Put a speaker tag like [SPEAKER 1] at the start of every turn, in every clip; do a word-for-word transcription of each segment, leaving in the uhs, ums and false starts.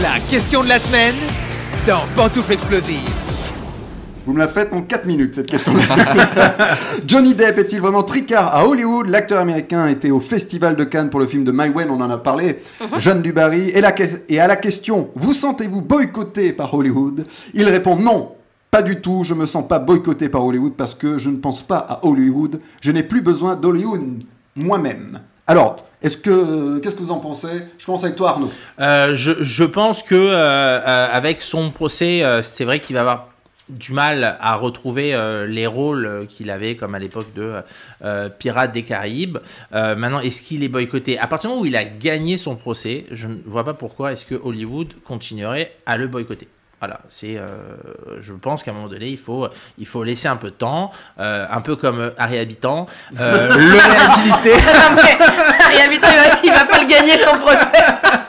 [SPEAKER 1] La question de la semaine dans Pantoufles Explosives.
[SPEAKER 2] Vous me la faites en quatre minutes, cette question. Johnny Depp est-il vraiment tricard à Hollywood? L'acteur américain était au Festival de Cannes pour le film de Mai Wen, on en a parlé. Uh-huh. Jeanne Dubarry. Et, la que- et à la question, vous sentez-vous boycotté par Hollywood? Il répond non, pas du tout, je me sens pas boycotté par Hollywood parce que je ne pense pas à Hollywood. Je n'ai plus besoin d'Hollywood moi-même. Alors, est-ce que, qu'est-ce que vous en pensez? Je commence avec toi, Arnaud.
[SPEAKER 3] Euh, je, je pense que euh, euh, avec son procès, euh, c'est vrai qu'il va avoir du mal à retrouver euh, les rôles qu'il avait comme à l'époque de euh, Pirates des Caraïbes. Euh, maintenant, est-ce qu'il est boycotté? À partir du moment où il a gagné son procès, je ne vois pas pourquoi est-ce que Hollywood continuerait à le boycotter. Voilà, c'est, euh, je pense qu'à un moment donné, il faut, il faut laisser un peu de temps, euh, un peu comme Harry Habitant, euh, le réhabiliter.
[SPEAKER 4] Non mais Harry Habitant, il va, il va pas le gagner son procès.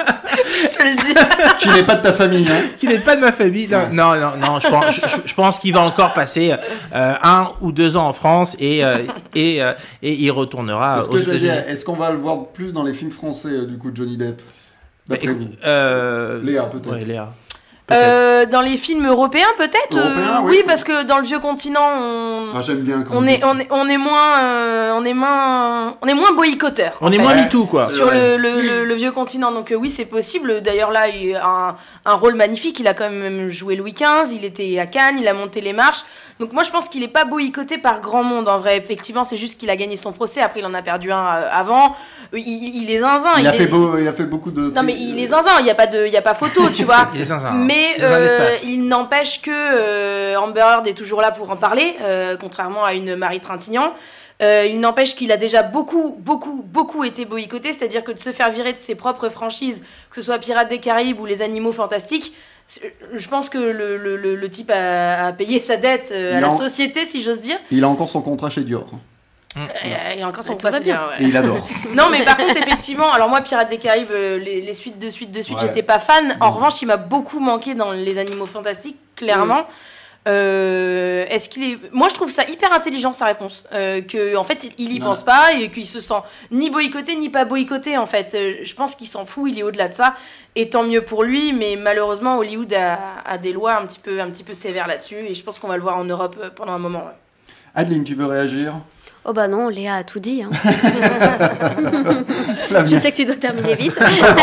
[SPEAKER 4] Je te le dis.
[SPEAKER 2] Qui n'est pas de ta famille, hein.
[SPEAKER 3] Qui n'est pas de ma famille. Non, non, non, non je, pense, je, je pense qu'il va encore passer euh, un ou deux ans en France et, euh, et, euh, et il retournera
[SPEAKER 2] C'est ce
[SPEAKER 3] aux
[SPEAKER 2] que j'allais
[SPEAKER 3] États-Unis.
[SPEAKER 2] dire. Est-ce qu'on va le voir plus dans les films français, euh, du coup, Johnny Depp? D'après
[SPEAKER 3] Bah,
[SPEAKER 2] vous
[SPEAKER 3] euh,
[SPEAKER 2] Léa, peut-être.
[SPEAKER 3] Ouais, Léa.
[SPEAKER 4] Euh, dans les films européens, peut-être.
[SPEAKER 2] Européens,
[SPEAKER 4] euh,
[SPEAKER 2] oui.
[SPEAKER 4] oui, parce que dans le vieux continent, on,
[SPEAKER 2] Ah, j'aime bien quand
[SPEAKER 4] on
[SPEAKER 2] vous
[SPEAKER 4] est,
[SPEAKER 2] dites ça.
[SPEAKER 4] on est, on est moins, euh, on est moins, on est moins boycotteur.
[SPEAKER 3] On est
[SPEAKER 4] fait.
[SPEAKER 3] moins
[SPEAKER 2] Ouais.
[SPEAKER 3] MeToo, quoi.
[SPEAKER 4] Sur le, le, le, le vieux continent. Donc euh, oui, c'est possible. D'ailleurs là, il a un, un rôle magnifique. Il a quand même joué Louis quinze. Il était à Cannes. Il a monté les marches. Donc moi, je pense qu'il n'est pas boycotté par grand monde. En vrai, effectivement, c'est juste qu'il a gagné son procès. Après, il en a perdu un euh, avant. Il, il, il est zinzin.
[SPEAKER 2] Il,
[SPEAKER 4] il
[SPEAKER 2] a
[SPEAKER 4] est...
[SPEAKER 2] fait beau, il a fait beaucoup de...
[SPEAKER 4] Non mais il est zinzin. Il n'y a pas de, il y a pas photo, tu vois.
[SPEAKER 3] Il est zinzin, hein.
[SPEAKER 4] Mais
[SPEAKER 3] Il est dans
[SPEAKER 4] euh,
[SPEAKER 3] l'espace.
[SPEAKER 4] il n'empêche que euh, Amber Heard est toujours là pour en parler, euh, contrairement à une Marie Trintignant. Euh, il n'empêche qu'il a déjà beaucoup, beaucoup, beaucoup été boycotté, c'est-à-dire que de se faire virer de ses propres franchises, que ce soit Pirates des Caraïbes ou Les Animaux Fantastiques, je pense que le, le, le, le type a, a payé sa dette euh, à
[SPEAKER 2] Il
[SPEAKER 4] la
[SPEAKER 2] en-
[SPEAKER 4] société, si j'ose dire.
[SPEAKER 2] Il a encore son contrat chez Dior.
[SPEAKER 4] Euh, il a encore son
[SPEAKER 5] Bah, tout va
[SPEAKER 4] passe
[SPEAKER 5] bien.
[SPEAKER 4] bien.
[SPEAKER 2] Et il adore.
[SPEAKER 4] Non, mais par contre, effectivement, alors moi, Pirates des Caraïbes, euh, les, les suites de suite de suite,
[SPEAKER 2] Ouais.
[SPEAKER 4] j'étais pas fan. En revanche, il m'a beaucoup manqué dans Les Animaux Fantastiques, clairement. Euh, est-ce qu'il est... Moi, je trouve ça hyper intelligent, sa réponse. Euh, que, en fait, il y
[SPEAKER 2] Non.
[SPEAKER 4] pense pas et qu'il se sent ni boycotté, ni pas boycotté, en fait. Euh, je pense qu'il s'en fout, il est au-delà de ça. Et tant mieux pour lui, mais malheureusement, Hollywood a, a des lois un petit peu, un petit peu sévères là-dessus. Et je pense qu'on va le voir en Europe euh, pendant un moment. Ouais.
[SPEAKER 2] Adeline, tu veux réagir?
[SPEAKER 5] Oh bah non, Léa a tout dit. Hein.
[SPEAKER 2] Flavie.
[SPEAKER 5] Je sais que tu dois terminer vite.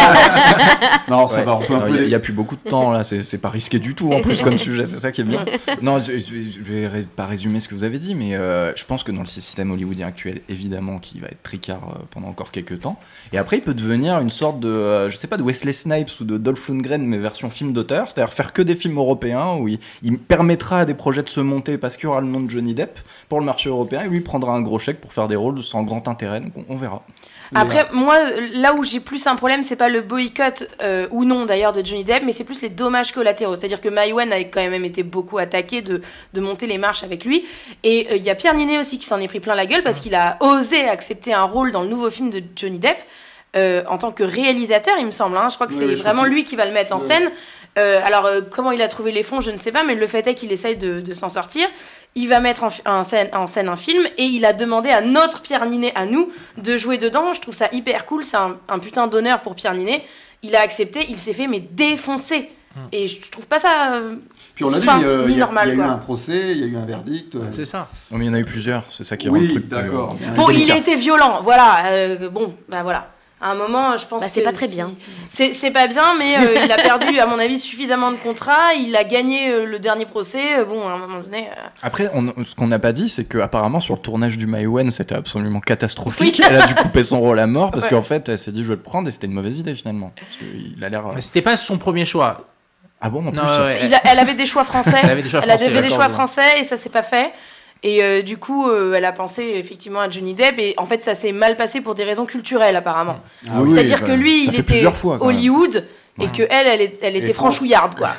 [SPEAKER 2] Non, ça
[SPEAKER 6] Ouais.
[SPEAKER 2] va, on peut un
[SPEAKER 6] Non,
[SPEAKER 2] peu...
[SPEAKER 6] Il
[SPEAKER 2] les-
[SPEAKER 6] n'y a, a plus beaucoup de temps là, c'est c'est pas risqué du tout en plus comme sujet, c'est ça qui est bien. Non, je, je, je vais ré- pas résumer ce que vous avez dit, mais euh, je pense que dans le système hollywoodien actuel, évidemment, qu'il va être tricard euh, pendant encore quelques temps. Et après, il peut devenir une sorte de, euh, je sais pas, de Wesley Snipes ou de Dolph Lundgren, mais version film d'auteur, c'est-à-dire faire que des films européens où il, il permettra à des projets de se monter parce qu'il y aura le nom de Johnny Depp pour le marché européen et lui prendra un gros chèque pour faire des rôles sans grand intérêt, donc on, on verra.
[SPEAKER 4] Après, moi, là où j'ai plus un problème, c'est pas le boycott euh, ou non d'ailleurs de Johnny Depp, mais c'est plus les dommages collatéraux. C'est-à-dire que Mai Wen a quand même été beaucoup attaqué de, de monter les marches avec lui. Et il euh, y a Pierre Ninet aussi qui s'en est pris plein la gueule parce qu'il a osé accepter un rôle dans le nouveau film de Johnny Depp euh, en tant que réalisateur, il me semble. Hein. Je crois que
[SPEAKER 2] Oui,
[SPEAKER 4] c'est
[SPEAKER 2] oui, je
[SPEAKER 4] vraiment
[SPEAKER 2] crois que-
[SPEAKER 4] lui qui va le mettre en
[SPEAKER 2] Oui.
[SPEAKER 4] scène. Euh, alors, euh, comment il a trouvé les fonds, je ne sais pas, mais le fait est qu'il essaye de, de s'en sortir. Il va mettre en, en, scène, en scène un film et il a demandé à notre Pierre Ninet, à nous, de jouer dedans. Je trouve ça hyper cool, c'est un, un putain d'honneur pour Pierre Ninet. Il a accepté, il s'est fait mais défoncer. Et je trouve pas ça euh,
[SPEAKER 2] Puis on l'a dit,
[SPEAKER 4] sain,
[SPEAKER 2] euh,
[SPEAKER 4] ni
[SPEAKER 2] il y a,
[SPEAKER 4] normal,
[SPEAKER 2] il y a eu
[SPEAKER 4] quoi.
[SPEAKER 2] un procès, il y a eu un verdict. euh,
[SPEAKER 3] C'est ça.
[SPEAKER 6] Non, mais il y en a eu plusieurs, c'est ça qui rend le
[SPEAKER 2] Oui,
[SPEAKER 6] truc plus,
[SPEAKER 2] d'accord.
[SPEAKER 6] euh,
[SPEAKER 4] Bon,
[SPEAKER 6] plus
[SPEAKER 4] il
[SPEAKER 6] délicat.
[SPEAKER 4] a été violent, voilà. euh, bon, bah voilà. À un moment, je pense
[SPEAKER 5] Bah, c'est
[SPEAKER 4] que
[SPEAKER 5] pas très
[SPEAKER 4] si-
[SPEAKER 5] bien.
[SPEAKER 4] C'est, c'est pas bien, mais euh, il a perdu, à mon avis, suffisamment de contrats. Il a gagné euh, le dernier procès. Euh, Bon, à un moment donné... euh,
[SPEAKER 6] Après, on- ce qu'on n'a pas dit, c'est qu'apparemment sur le tournage du Mai Wen, c'était absolument catastrophique.
[SPEAKER 4] Oui.
[SPEAKER 6] Elle a dû couper son rôle à mort parce
[SPEAKER 4] Ouais.
[SPEAKER 6] qu'en fait, elle s'est dit je vais le prendre et c'était une mauvaise idée finalement. Parce qu'il a l'air. euh,
[SPEAKER 3] Mais c'était pas son premier choix.
[SPEAKER 6] Ah bon, en
[SPEAKER 3] Non,
[SPEAKER 6] plus.
[SPEAKER 3] ouais,
[SPEAKER 6] ça-
[SPEAKER 3] ouais.
[SPEAKER 4] il a- elle avait des choix français.
[SPEAKER 3] Elle avait des choix
[SPEAKER 4] Elle
[SPEAKER 3] français,
[SPEAKER 4] avait des
[SPEAKER 3] d'accord,
[SPEAKER 4] choix
[SPEAKER 3] je vois.
[SPEAKER 4] français et ça s'est pas fait. Et euh, du coup, euh, elle a pensé effectivement à Johnny Depp. Et en fait, ça s'est mal passé pour des raisons culturelles, apparemment.
[SPEAKER 2] Ah
[SPEAKER 6] Oui, oui,
[SPEAKER 4] C'est-à-dire
[SPEAKER 6] bah,
[SPEAKER 4] que lui,
[SPEAKER 6] ça
[SPEAKER 4] il
[SPEAKER 6] fait
[SPEAKER 4] était
[SPEAKER 6] plusieurs fois, quand même.
[SPEAKER 4] Hollywood. Et
[SPEAKER 6] Ouais.
[SPEAKER 4] que elle, elle, est- elle était
[SPEAKER 2] France.
[SPEAKER 4] franchouillarde, quoi.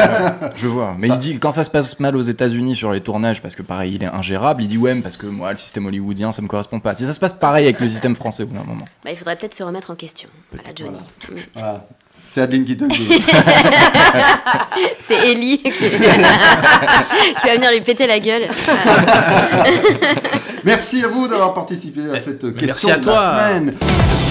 [SPEAKER 6] Je vois. Mais
[SPEAKER 2] Ça-
[SPEAKER 6] il dit quand ça se passe mal aux États-Unis sur les tournages, parce que pareil, il est ingérable, il dit ouais, mais parce que moi, le système hollywoodien, ça me correspond pas. Si ça se passe pareil avec le système français au bout d'un moment.
[SPEAKER 5] Bah, il faudrait peut-être se remettre en question. Voilà, Johnny. Mm.
[SPEAKER 2] Voilà. C'est Adeline qui te le dit.
[SPEAKER 5] C'est Ellie qui... qui va venir lui péter la gueule.
[SPEAKER 2] Merci à vous d'avoir participé à cette question
[SPEAKER 3] Merci à
[SPEAKER 2] de
[SPEAKER 3] toi.
[SPEAKER 2] la semaine.